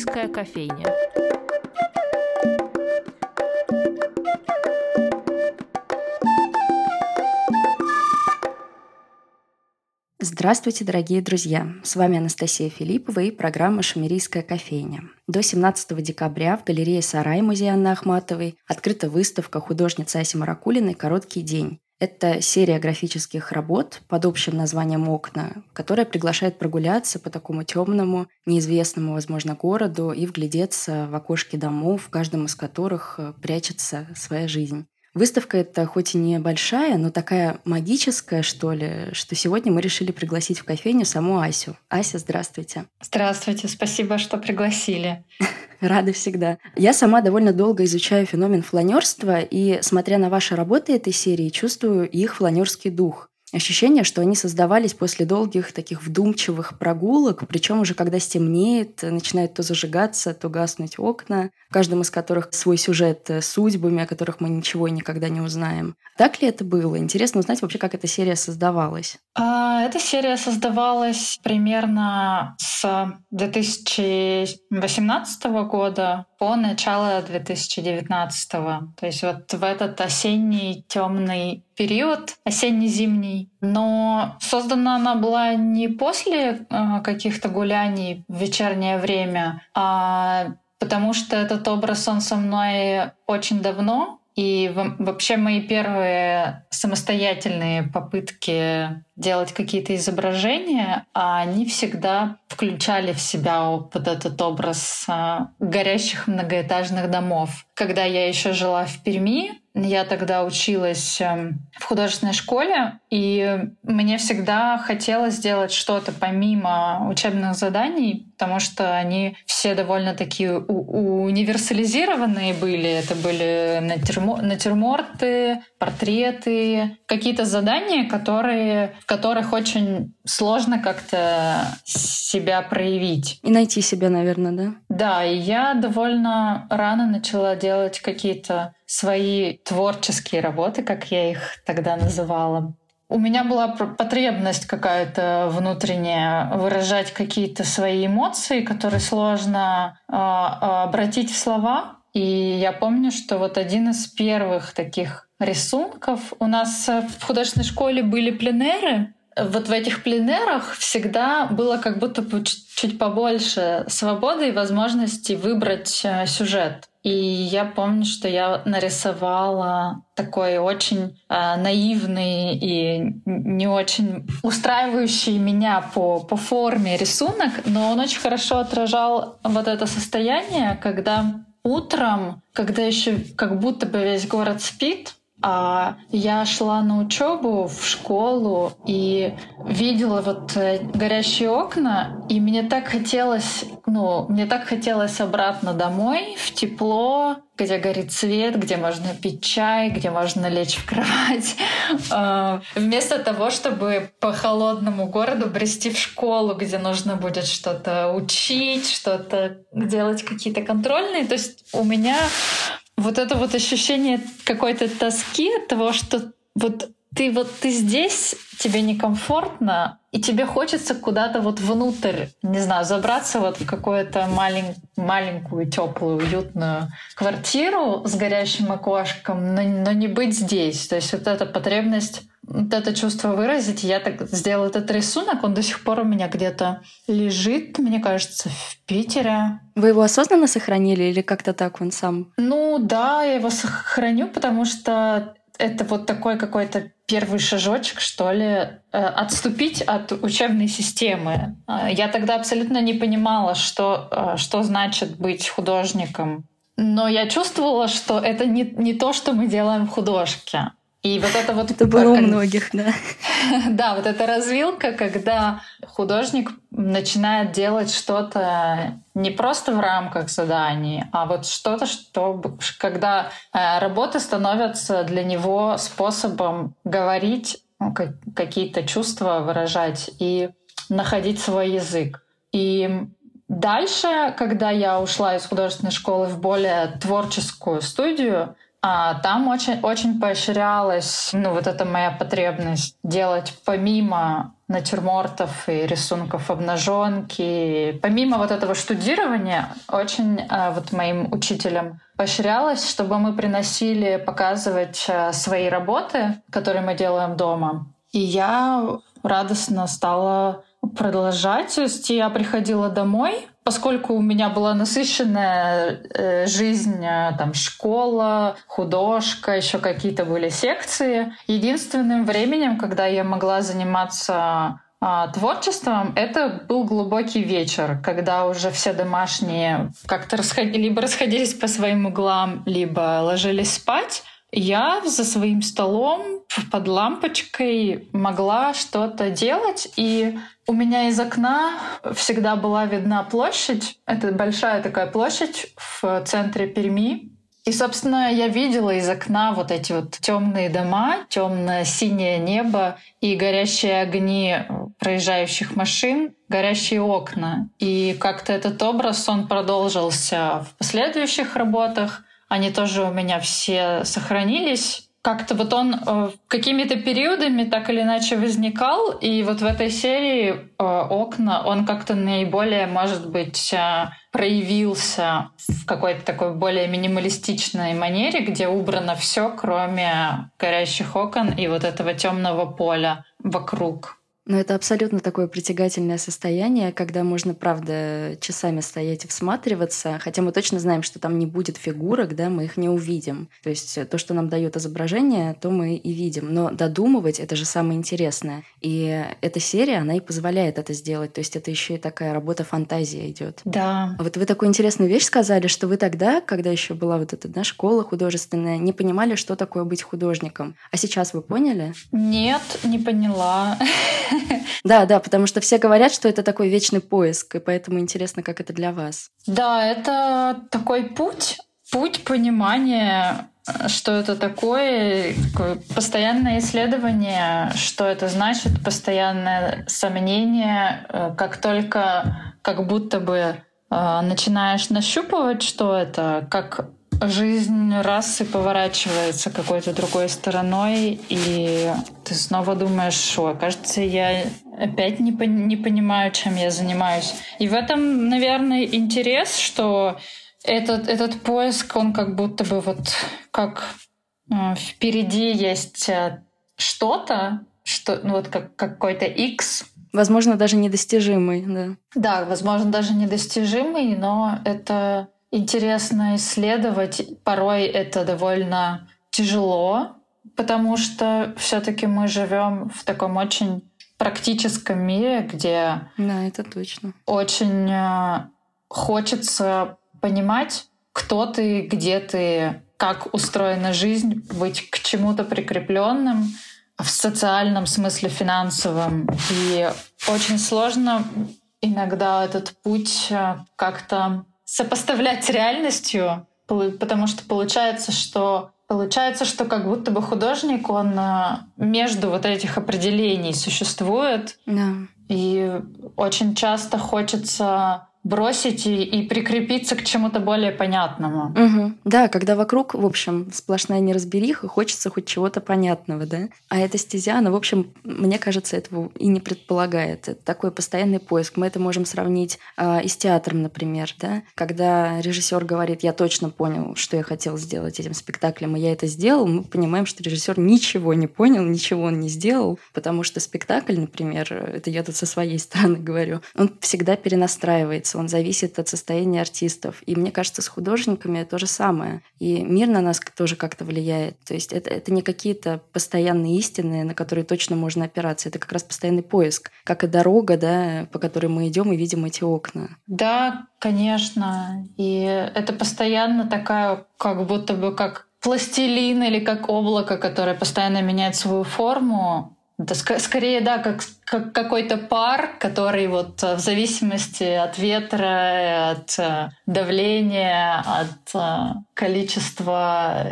Шумерийская кофейня. Здравствуйте, дорогие друзья! С вами Анастасия Филиппова и программа «Шумерийская кофейня». До 17 декабря в галерее «Сарай» музея Анны Ахматовой открыта выставка художницы Аси Маракулиной «Короткий день». Это серия графических работ под общим названием «Окна», которая приглашает прогуляться по такому темному, неизвестному, возможно, городу и вглядеться в окошки домов, в каждом из которых прячется своя жизнь. Выставка эта хоть и небольшая, но такая магическая, что ли, что сегодня мы решили пригласить в кофейню саму Асю. Ася, здравствуйте. Здравствуйте, спасибо, что пригласили. Рада всегда. Я сама довольно долго изучаю феномен фланерства, и, смотря на ваши работы этой серии, чувствую их фланерский дух. Ощущение, что они создавались после долгих таких вдумчивых прогулок, причем уже когда стемнеет, начинают то зажигаться, то гаснуть окна, в каждом из которых свой сюжет с судьбами, о которых мы ничего и никогда не узнаем. Так ли это было? Интересно узнать вообще, как эта серия создавалась. Эта серия создавалась примерно с 2018 года по начало 2019. То есть вот в этот осенний темный период, осенне-зимний. Но создана она была не после каких-то гуляний в вечернее время, а потому что этот образ, он со мной очень давно. И вообще мои первые самостоятельные попытки делать какие-то изображения, они всегда включали в себя вот этот образ горящих многоэтажных домов. Когда я еще жила в Перми, я тогда училась в художественной школе, и мне всегда хотелось сделать что-то помимо учебных заданий, потому что они все довольно такие универсализированные были. Это были натюрморты, портреты, какие-то задания, в которых очень сложно как-то себя проявить. И найти себя, наверное, да? Да, и я довольно рано начала делать какие-то свои творческие работы, как я их тогда называла. У меня была потребность какая-то внутренняя выражать какие-то свои эмоции, которые сложно обратить в слова. И я помню, что вот один из первых таких рисунков у нас в художественной школе были пленеры. Вот в этих пленерах всегда было как будто бы чуть побольше свободы и возможности выбрать сюжет. И я помню, что я нарисовала такой очень наивный и не очень устраивающий меня по форме рисунок, но он очень хорошо отражал вот это состояние, когда утром, когда еще как будто бы весь город спит, я шла на учебу в школу и видела вот горящие окна, и мне так хотелось обратно домой, в тепло, где горит свет, где можно пить чай, где можно лечь в кровать. Вместо того, чтобы по холодному городу брести в школу, где нужно будет что-то учить, что-то делать, какие-то контрольные. То есть у меня вот это вот ощущение какой-то тоски от того, что ты здесь, тебе некомфортно, и тебе хочется куда-то вот внутрь, не знаю, забраться вот в какую-то маленькую, теплую, уютную квартиру с горящим окошком, но не быть здесь. То есть вот эта потребность, вот это чувство выразить. Я так сделала этот рисунок, он до сих пор у меня где-то лежит, мне кажется, в Питере. Вы его осознанно сохранили или как-то так он сам? Ну да, я его сохраню, потому что это вот такой какой-то первый шажочек, что ли, отступить от учебной системы. Я тогда абсолютно не понимала, что значит быть художником. Но я чувствовала, что это не то, что мы делаем в художке. И вот это вот... Это было у многих, да. Да, вот эта развилка, когда художник начинает делать что-то не просто в рамках заданий, а вот что-то, когда работы становятся для него способом говорить, какие-то чувства выражать и находить свой язык. И дальше, когда я ушла из художественной школы в более творческую студию, Там очень, очень поощрялась, вот эта моя потребность делать помимо натюрмортов и рисунков обнаженки, помимо вот этого штудирования, очень вот моим учителям поощрялось, чтобы мы приносили показывать свои работы, которые мы делаем дома. И я радостно стала продолжать. То есть я приходила домой, поскольку у меня была насыщенная жизнь, там школа, художка, еще какие-то были секции. Единственным временем, когда я могла заниматься творчеством, это был глубокий вечер, когда уже все домашние как-то либо расходились по своим углам, либо ложились спать. Я за своим столом под лампочкой могла что-то делать, и у меня из окна всегда была видна площадь. Это большая такая площадь в центре Перми. И, собственно, я видела из окна вот эти вот темные дома, темно-синее небо и горящие огни проезжающих машин, горящие окна. И как-то этот образ, он продолжился в последующих работах. Они тоже у меня все сохранились. Как-то вот он какими-то периодами так или иначе возникал, и вот в этой серии «Окна» он как-то наиболее, может быть, проявился в какой-то такой более минималистичной манере, где убрано все, кроме горящих окон и вот этого темного поля вокруг. Но это абсолютно такое притягательное состояние, когда можно, правда, часами стоять и всматриваться, хотя мы точно знаем, что там не будет фигурок, да, мы их не увидим. То есть то, что нам дает изображение, то мы и видим. Но додумывать — это же самое интересное. И эта серия, она и позволяет это сделать. То есть это еще и такая работа фантазии идет. Да. Вот вы такую интересную вещь сказали, что вы тогда, когда еще была вот эта школа художественная, не понимали, что такое быть художником. А сейчас вы поняли? Нет, не поняла. Да, потому что все говорят, что это такой вечный поиск, и поэтому интересно, как это для вас. Да, это такой путь понимания, что это такое постоянное исследование, что это значит, постоянное сомнение, как только как будто бы начинаешь нащупывать, что это, как жизнь раз и поворачивается какой-то другой стороной, и ты снова думаешь, кажется, я опять не понимаю, чем я занимаюсь. И в этом, наверное, интерес, что этот поиск, он как будто бы вот как впереди есть что-то, что вот как какой-то X. Возможно, даже недостижимый, да. Да, возможно, даже недостижимый, но это интересно исследовать. Порой это довольно тяжело, потому что все-таки мы живем в таком очень практическом мире, где да, это точно. Очень хочется понимать, кто ты, где ты, как устроена жизнь, быть к чему-то прикрепленным в социальном смысле, финансовом. И очень сложно иногда этот путь как-то сопоставлять с реальностью, потому что получается, что как будто бы художник, он между вот этих определений существует. Да. И очень часто хочется бросить и прикрепиться к чему-то более понятному. Угу. Да, когда вокруг, в общем, сплошная неразбериха, хочется хоть чего-то понятного, да? А эта стезя, она, в общем, мне кажется, этого и не предполагает. Это такой постоянный поиск. Мы это можем сравнить и с театром, например, да? Когда режиссер говорит, я точно понял, что я хотел сделать этим спектаклем, и я это сделал, мы понимаем, что режиссер ничего не понял, ничего он не сделал, потому что спектакль, например, это я тут со своей стороны говорю, он всегда перенастраивается, он зависит от состояния артистов. И мне кажется, с художниками то же самое. И мир на нас тоже как-то влияет. То есть это не какие-то постоянные истины, на которые точно можно опираться. Это как раз постоянный поиск. Как и дорога, да, по которой мы идем и видим эти окна. Да, конечно. И это постоянно такая, как будто бы как пластилин или как облако, которое постоянно меняет свою форму. Это скорее, да, как какой-то пар, который вот в зависимости от ветра, от давления, от количества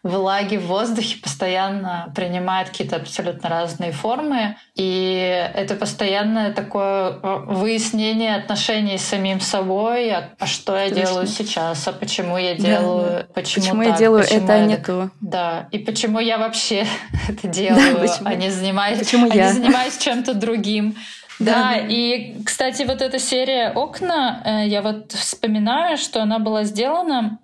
влаги в воздухе постоянно принимает какие-то абсолютно разные формы. И это постоянное такое выяснение отношений с самим собой. А что я делаю сейчас? А почему я делаю? Да. Почему я делаю это, а не то? Да. И почему я вообще это делаю, а не занимаюсь чем-то другим? Да, и, кстати, вот эта серия «Окна», я вот вспоминаю, что она была сделана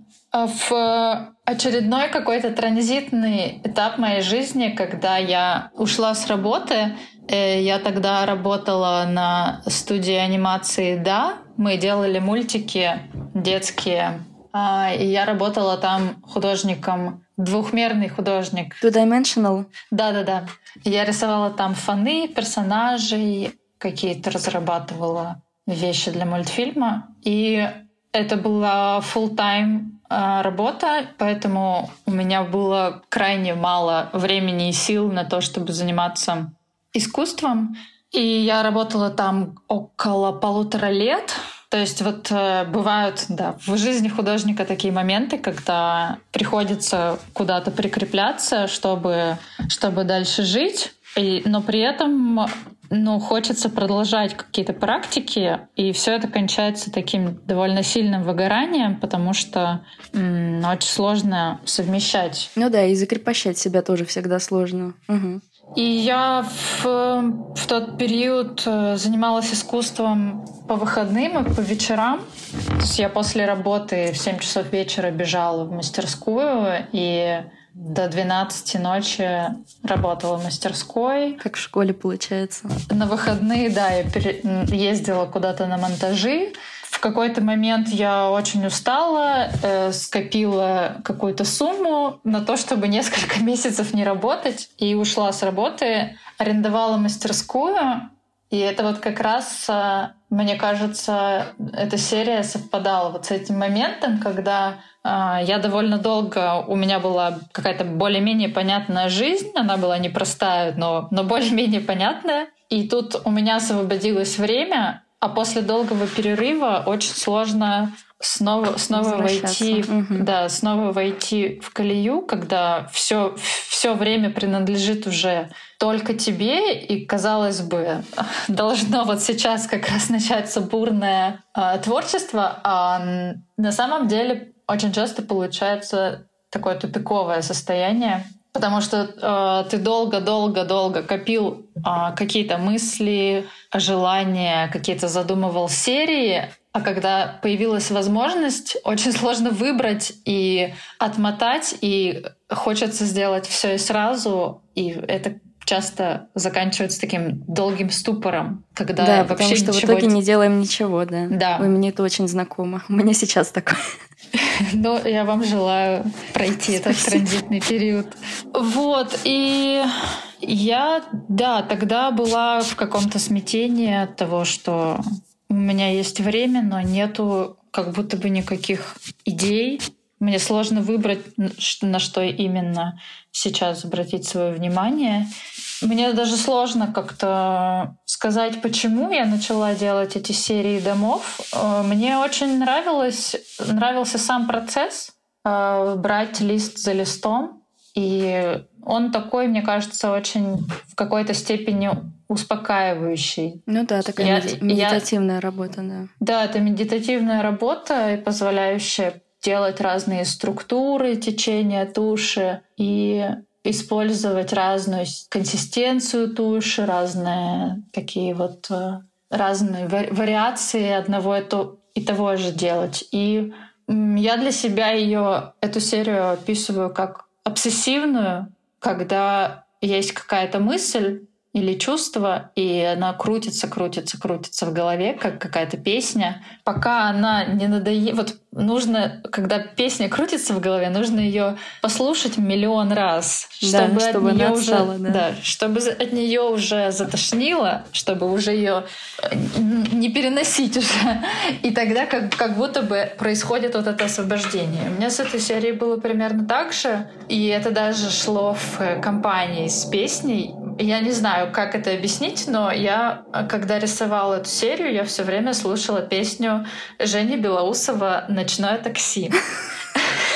в очередной какой-то транзитный этап моей жизни, когда я ушла с работы. Я тогда работала на студии анимации «Да». Мы делали мультики детские, и я работала там художником, двухмерный художник. Two-dimensional? Да. Я рисовала там фоны, персонажей, какие-то разрабатывала вещи для мультфильма. И это была full-time работа, поэтому у меня было крайне мало времени и сил на то, чтобы заниматься искусством. И я работала там около 1,5 лет. То есть вот бывают, в жизни художника такие моменты, когда приходится куда-то прикрепляться, чтобы дальше жить, но при этом хочется продолжать какие-то практики, и все это кончается таким довольно сильным выгоранием, потому что очень сложно совмещать. И закрепощать себя тоже всегда сложно. Угу. И я в тот период занималась искусством по выходным и по вечерам. То есть я после работы в 7 часов вечера бежала в мастерскую и до 12 ночи работала в мастерской. Как в школе, получается. На выходные, я ездила куда-то на монтажи. В какой-то момент я очень устала, скопила какую-то сумму на то, чтобы несколько месяцев не работать, и ушла с работы, арендовала мастерскую. И это вот как раз, мне кажется, эта серия совпадала вот с этим моментом, когда я довольно долго, у меня была какая-то более-менее понятная жизнь, она была непростая, но более-менее понятная. И тут у меня освободилось время, а после долгого перерыва очень сложно снова войти, снова войти в колею, когда все время принадлежит уже только тебе, и, казалось бы, должно вот сейчас как раз начаться бурное творчество, а на самом деле очень часто получается такое тупиковое состояние, потому что ты долго копил какие-то мысли, желания, какие-то задумывал серии, а когда появилась возможность, очень сложно выбрать и отмотать, и хочется сделать все и сразу, и это часто заканчивается таким долгим ступором, когда да, вообще потому что в итоге не делаем ничего, да. Да. Ой, мне это очень знакомо. У меня сейчас такое. Ну, я вам желаю пройти этот транзитный период. Вот, и я, тогда была в каком-то смятении от того, что у меня есть время, но нету как будто бы никаких идей. Мне сложно выбрать, на что именно сейчас обратить свое внимание. Мне даже сложно как-то сказать, почему я начала делать эти серии домов. Мне очень нравился сам процесс брать лист за листом. И он такой, мне кажется, очень в какой-то степени успокаивающий. Ну да, такая медитативная работа, да. Да, это медитативная работа, позволяющая делать разные структуры течения туши и использовать разную консистенцию туши, разные такие вот разные вариации одного и того же делать. И я для себя эту серию описываю как обсессивную, когда есть какая-то мысль или чувство, и она крутится в голове, как какая-то песня, пока она не надоест. Вот нужно, когда песня крутится в голове, нужно ее послушать миллион раз, чтобы от нее уже, чтобы от нее уже затошнило, чтобы уже ее не переносить уже. И тогда как будто бы происходит вот это освобождение. У меня с этой серией было примерно так же, и это даже шло в компании с песней. Я не знаю, как это объяснить, но я, когда рисовала эту серию, я все время слушала песню Жени Белоусова «Ночное такси».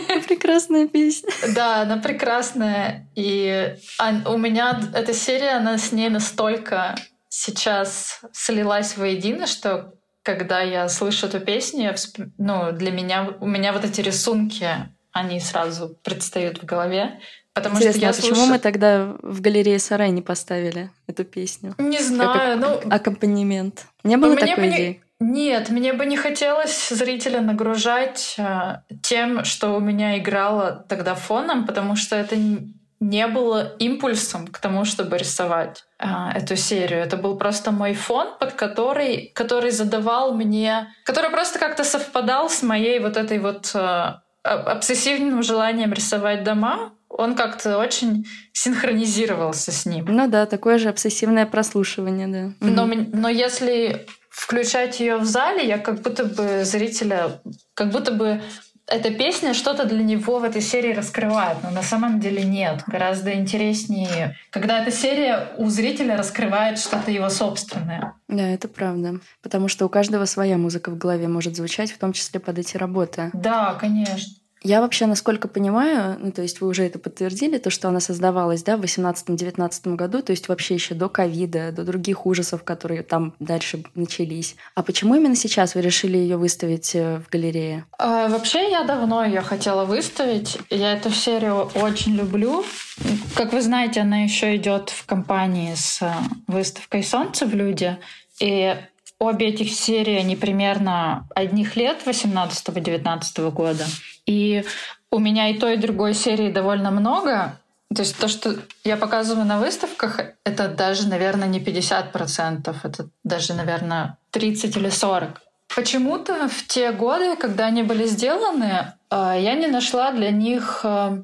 Прекрасная песня. Да, она прекрасная. И у меня эта серия, она с ней настолько сейчас слилась воедино, что когда я слышу эту песню, для меня, у меня вот эти рисунки, они сразу предстают в голове. Потому Интересно, что я почему мы тогда в галерее «Сарай» не поставили эту песню? Не знаю, как аккомпанемент. Не было такой идеи? Нет, мне бы не хотелось зрителя нагружать тем, что у меня играло тогда фоном, потому что это не было импульсом к тому, чтобы рисовать эту серию. Это был просто мой фон, под который задавал мне, который просто как-то совпадал с моей вот этой вот обсессивным желанием рисовать дома. Он как-то очень синхронизировался с ним. Ну да, такое же обсессивное прослушивание, да. Но если включать ее в зале, я как будто бы зрителя, как будто бы эта песня что-то для него в этой серии раскрывает, но на самом деле нет. Гораздо интереснее, когда эта серия у зрителя раскрывает что-то его собственное. Да, это правда. Потому что у каждого своя музыка в голове может звучать, в том числе под эти работы. Да, конечно. Я вообще, насколько понимаю, то есть вы уже это подтвердили, то, что она создавалась, да, в 18-19 году, то есть вообще еще до ковида, до других ужасов, которые там дальше начались. А почему именно сейчас вы решили ее выставить в галерее? Вообще я давно ее хотела выставить. Я эту серию очень люблю. Как вы знаете, она еще идет в компании с выставкой «Солнце в Люде». И обе этих серии, они примерно одних лет, 18-19 года. И у меня и той, и другой серии довольно много. То есть то, что я показываю на выставках, это даже, наверное, не 50%. Это даже, наверное, 30 или 40%. Почему-то в те годы, когда они были сделаны, я не нашла для них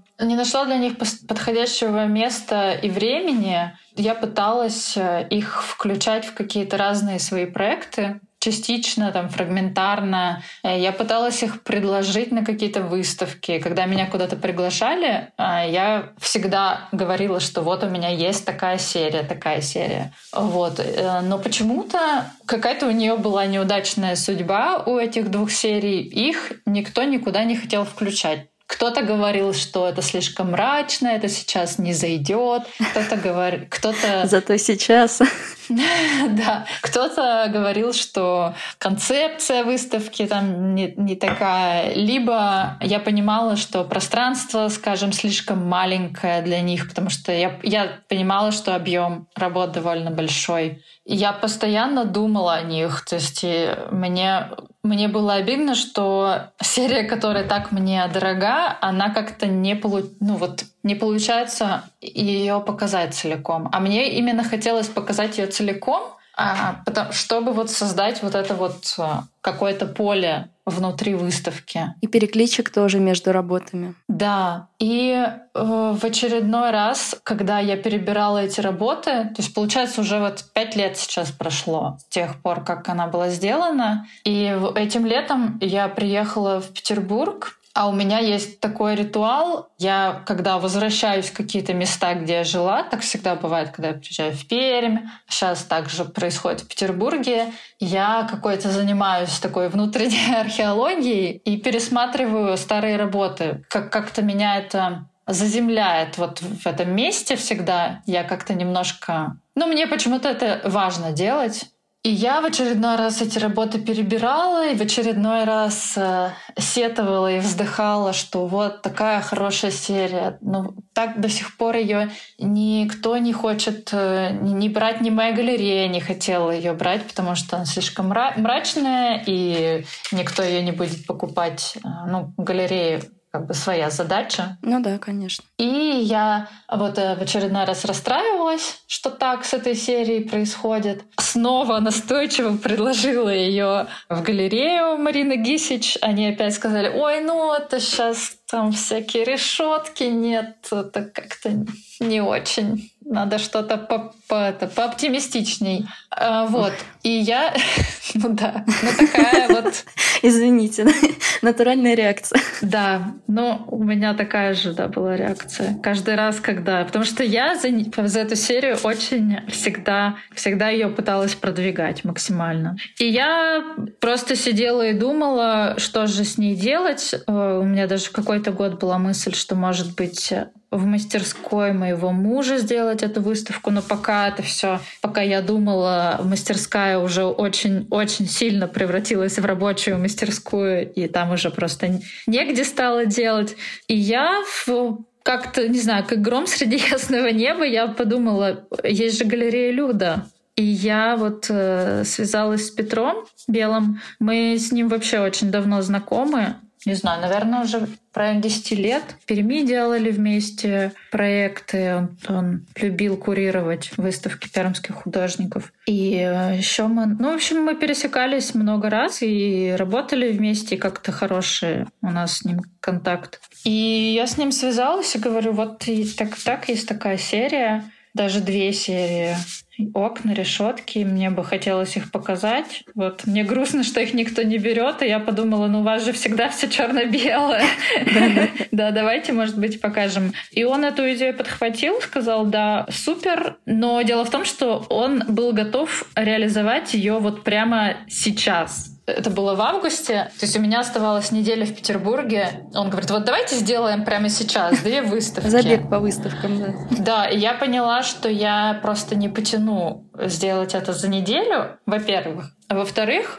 подходящего места и времени. Я пыталась их включать в какие-то разные свои проекты, частично, там, фрагментарно. Я пыталась их предложить на какие-то выставки. Когда меня куда-то приглашали, я всегда говорила, что вот у меня есть такая серия. Вот. Но почему-то какая-то у нее была неудачная судьба у этих двух серий. Их никто никуда не хотел включать. Кто-то говорил, что это слишком мрачно, это сейчас не зайдет. Зато сейчас. Да. Кто-то говорил, что концепция выставки там не такая. Либо я понимала, что пространство, скажем, слишком маленькое для них, потому что я понимала, что объем работ довольно большой. И я постоянно думала о них. То есть мне было обидно, что серия, которая так мне дорога, она как-то не получается ее показать целиком. А мне именно хотелось показать ее целиком, чтобы вот создать вот это вот какое-то поле внутри выставки. И перекличек тоже между работами. Да. И в очередной раз, когда я перебирала эти работы, то есть, получается, уже вот 5 лет сейчас прошло с тех пор, как она была сделана. И этим летом я приехала в Петербург. А у меня есть такой ритуал. Я, когда возвращаюсь в какие-то места, где я жила, так всегда бывает, когда я приезжаю в Пермь, сейчас также происходит в Петербурге, я какой-то занимаюсь такой внутренней археологией и пересматриваю старые работы. Как-то меня это заземляет вот в этом месте всегда. Я как-то немножко... мне почему-то это важно делать. И я в очередной раз эти работы перебирала, и в очередной раз сетовала и вздыхала, что вот такая хорошая серия. Но так до сих пор ее никто не хочет ни брать, ни моя галерея не хотела ее брать, потому что она слишком мрачная, и никто ее не будет покупать. Галереи как бы своя задача. Ну да, конечно. И я вот в очередной раз расстраивалась, что так с этой серией происходит. Снова настойчиво предложила ее в галерею Марины Гисич. Они опять сказали: ой, это сейчас там всякие решетки, нет, это как-то не очень. Надо что-то пооптимистичней. Вот. И я... такая вот... Извините, натуральная реакция. Да, но у меня такая же, да, была реакция. Каждый раз, когда... Потому что я за эту серию очень всегда ее пыталась продвигать максимально. И я просто сидела и думала, что же с ней делать. У меня даже в какой-то год была мысль, что, может быть, в мастерской моего мужа сделать эту выставку, но пока я думала, мастерская уже очень-очень сильно превратилась в рабочую мастерскую, и там уже просто негде стало делать. И я как-то, не знаю, как гром среди ясного неба, я подумала, есть же галерея Люда. И я связалась с Петром Белым. Мы с ним вообще очень давно знакомы. Не знаю, наверное, уже в районе 10 лет. В Перми делали вместе проекты. Он любил курировать выставки пермских художников. И еще мы пересекались много раз и работали вместе. Как-то хороший у нас с ним контакт. И я с ним связалась и говорю, вот и так есть такая серия. Даже 2 серии. Окна, решетки. Мне бы хотелось их показать. Мне грустно, что их никто не берет. И я подумала, у вас же всегда все черно-белое. Да, давайте, может быть, покажем. И он эту идею подхватил, сказал, да, супер. Но дело в том, что он был готов реализовать ее прямо сейчас. Это было в августе, то есть у меня оставалась неделя в Петербурге. Он говорит, давайте сделаем прямо сейчас 2 выставки. Забег по выставкам, да. Да, и я поняла, что я просто не потяну сделать это за неделю, во-первых. А во-вторых,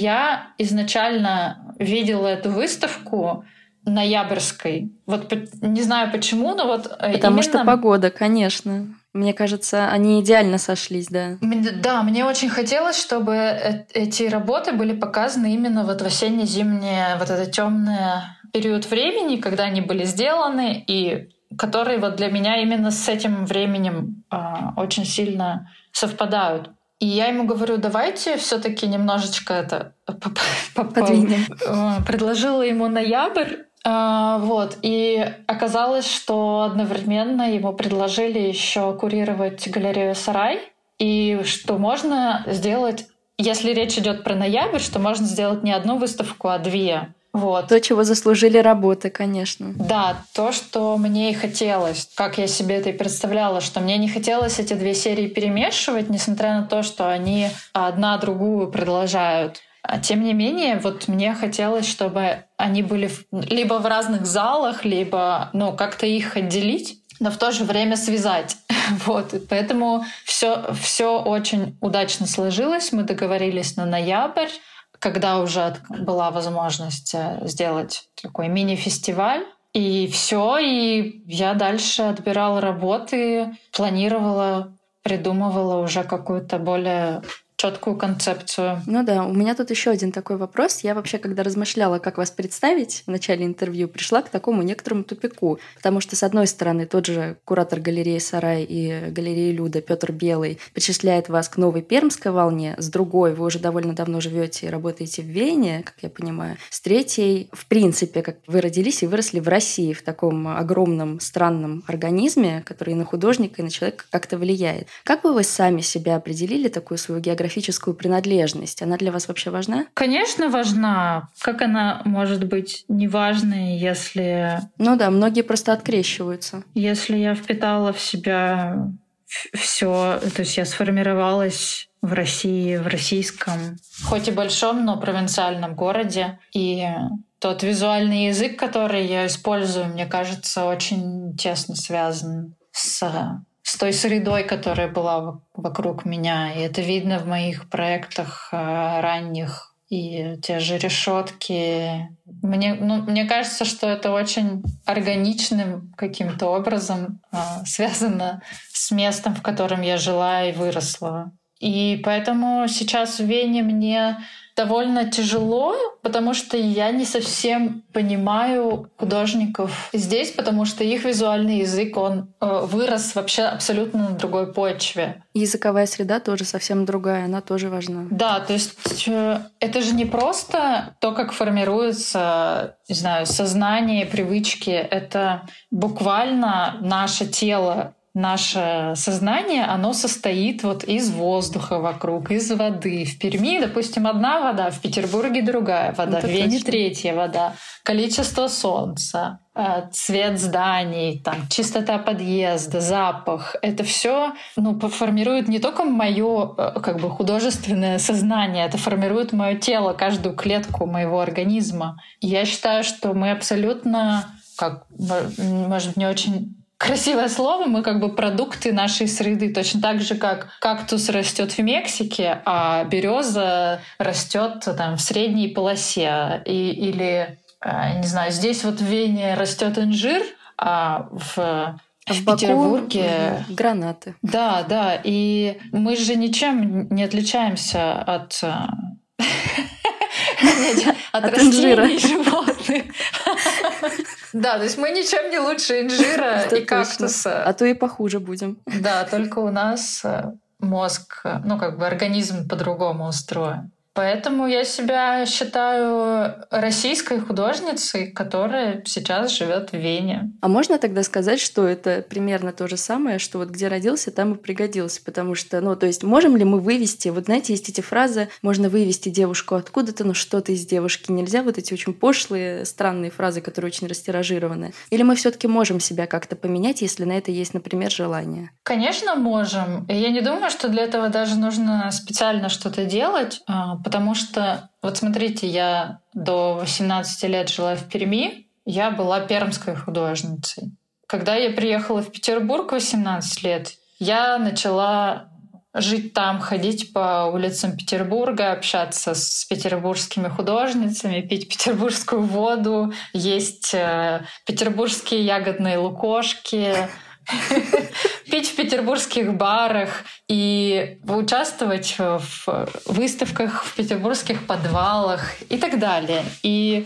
я изначально видела эту выставку ноябрьской. Не знаю почему, но Потому что погода, конечно. Мне кажется, они идеально сошлись, да. Да, мне очень хотелось, чтобы эти работы были показаны именно в осенне-зимнее, это темное период времени, когда они были сделаны, и которые для меня именно с этим временем очень сильно совпадают. И я ему говорю, давайте все-таки немножечко это подвинем. Предложила ему ноябрь. И оказалось, что одновременно ему предложили еще курировать галерею «Сарай», и что можно сделать, если речь идет про ноябрь, что можно сделать не 1 выставку, а 2. То, чего заслужили работы, конечно. Да, то, что мне и хотелось, как я себе это и представляла, что мне не хотелось эти 2 серии перемешивать, несмотря на то, что они одна другую продолжают. Тем не менее, мне хотелось, чтобы они были либо в разных залах, либо как-то их отделить, но в то же время связать. И поэтому все очень удачно сложилось. Мы договорились на ноябрь, когда уже была возможность сделать такой мини-фестиваль. И все, и я дальше отбирала работы, планировала, придумывала уже какую-то более четкую концепцию. Ну да, у меня тут еще один такой вопрос. Я вообще, когда размышляла, как вас представить в начале интервью, пришла к такому некоторому тупику. Потому что, с одной стороны, тот же куратор галереи «Сарай» и галереи «Люда» Петр Белый причисляет вас к новой пермской волне. С другой, вы уже довольно давно живете и работаете в Вене, как я понимаю. С третьей, в принципе, как вы родились и выросли в России, в таком огромном, странном организме, который и на художника, и на человека как-то влияет. Как бы вы сами себя определили, такую свою географическую принадлежность? Она для вас вообще важна? Конечно, важна. Как она может быть неважной, если... Ну да, многие просто открещиваются. Если я впитала в себя все, то есть я сформировалась в России, в российском, хоть и большом, но провинциальном городе. И тот визуальный язык, который я использую, мне кажется, очень тесно связан с той средой, которая была вокруг меня. И это видно в моих проектах ранних. И те же решетки. Мне кажется, что это очень органичным каким-то образом связано с местом, в котором я жила и выросла. И поэтому сейчас в Вене мне довольно тяжело, потому что я не совсем понимаю художников здесь, потому что их визуальный язык, он вырос вообще абсолютно на другой почве. Языковая среда тоже совсем другая, она тоже важна. Да, то есть это же не просто то, как формируется, сознание, привычки. Это буквально наше тело наше сознание, оно состоит вот из воздуха вокруг, из воды. В Перми, допустим, одна вода, в Петербурге другая вода, Это в Вене точно. третья вода. Количество солнца, цвет зданий, там, чистота подъезда, запах. Это все формирует не только мое как бы художественное сознание, это формирует мое тело, каждую клетку моего организма. И я считаю, что мы абсолютно, как, может, не очень красивое слово, мы как бы продукты нашей среды. Точно так же, как кактус растет в Мексике, а береза растет там в средней полосе. Или, не знаю, здесь вот в Вене растет инжир, а в Баку Петербурге гранаты. Да, да. И мы же ничем не отличаемся от растений и животных. Да, то есть мы ничем не лучше инжира и кактуса. А то и похуже будем. Да, только у нас мозг, организм по-другому устроен. Поэтому я себя считаю российской художницей, которая сейчас живет в Вене. А можно тогда сказать, что это примерно то же самое, что вот где родился, там и пригодился? Потому что, то есть можем ли мы вывести, вот знаете, есть эти фразы, можно вывести девушку откуда-то, что-то из девушки. Нельзя вот эти очень пошлые, странные фразы, которые очень растиражированы. Или мы все-таки можем себя как-то поменять, если на это есть, например, желание? Конечно, можем. И я не думаю, что для этого даже нужно специально что-то делать, потому что, вот смотрите, я до 18 лет жила в Перми, я была пермской художницей. Когда я приехала в Петербург в 18 лет, я начала жить там, ходить по улицам Петербурга, общаться с петербургскими художницами, пить петербургскую воду, есть петербургские ягодные лукошки, пить в петербургских барах и участвовать в выставках в петербургских подвалах и так далее. И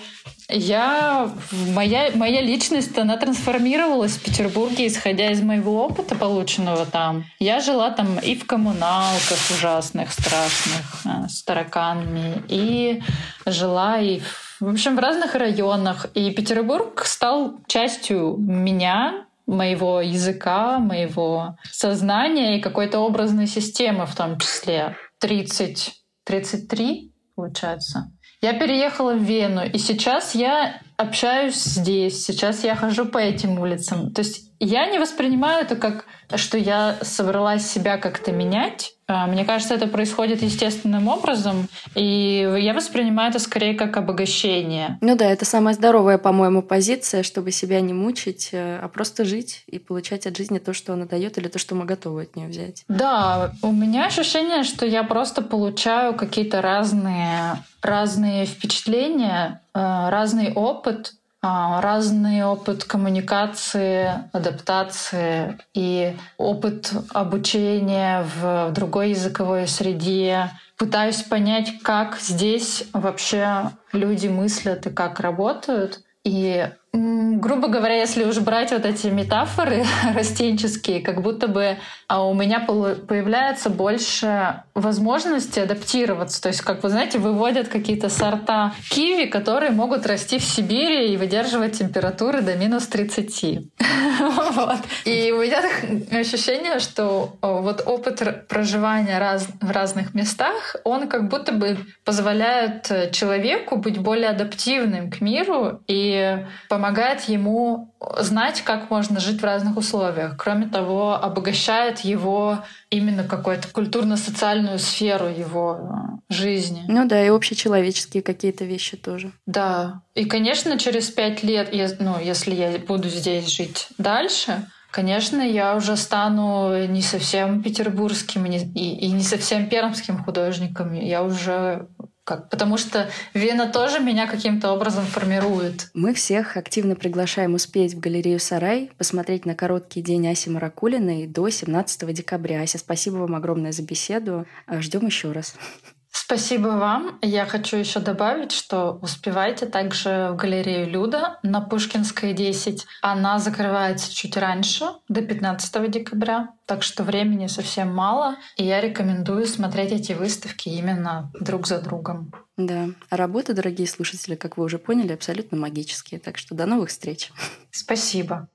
моя личность, она трансформировалась в Петербурге, исходя из моего опыта, полученного там. Я жила там и в коммуналках ужасных, страшных, с тараканами, и жила и в общем, в разных районах. И Петербург стал частью меня, моего языка, моего сознания и какой-то образной системы в том числе. 33, получается. Я переехала в Вену, и сейчас я общаюсь здесь, сейчас я хожу по этим улицам. То есть я не воспринимаю это как, что я собралась себя как-то менять. Мне кажется, это происходит естественным образом, и я воспринимаю это скорее как обогащение. Ну да, это самая здоровая, по-моему, позиция, чтобы себя не мучить, а просто жить и получать от жизни то, что она дает, или то, что мы готовы от нее взять. Да, у меня ощущение, что я просто получаю какие-то разные впечатления, разный опыт коммуникации, адаптации и опыт обучения в другой языковой среде. Пытаюсь понять, как здесь вообще люди мыслят и как работают. И, грубо говоря, если уж брать вот эти метафоры растенческие, как будто бы у меня появляется больше возможности адаптироваться. То есть, как вы знаете, выводят какие-то сорта киви, которые могут расти в Сибири и выдерживать температуры до минус 30. И у меня ощущение, что вот опыт проживания в разных местах, он как будто бы позволяет человеку быть более адаптивным к миру и помогает ему знать, как можно жить в разных условиях. Кроме того, обогащает его именно какую-то культурно-социальную сферу его жизни. Ну да, и общечеловеческие какие-то вещи тоже. Да. И, конечно, через 5 лет, если я буду здесь жить дальше, конечно, я уже стану не совсем петербургским и не совсем пермским художником. Я уже потому что Вена тоже меня каким-то образом формирует. Мы всех активно приглашаем успеть в галерею «Сарай», посмотреть на короткий день Аси Маракулиной до 17 декабря. Ася, спасибо вам огромное за беседу. Ждем еще раз. Спасибо вам. Я хочу еще добавить, что успевайте также в галерею «Люда» на Пушкинской, 10. Она закрывается чуть раньше, до 15 декабря, так что времени совсем мало. И я рекомендую смотреть эти выставки именно друг за другом. Да. А работы, дорогие слушатели, как вы уже поняли, абсолютно магические. Так что до новых встреч. Спасибо.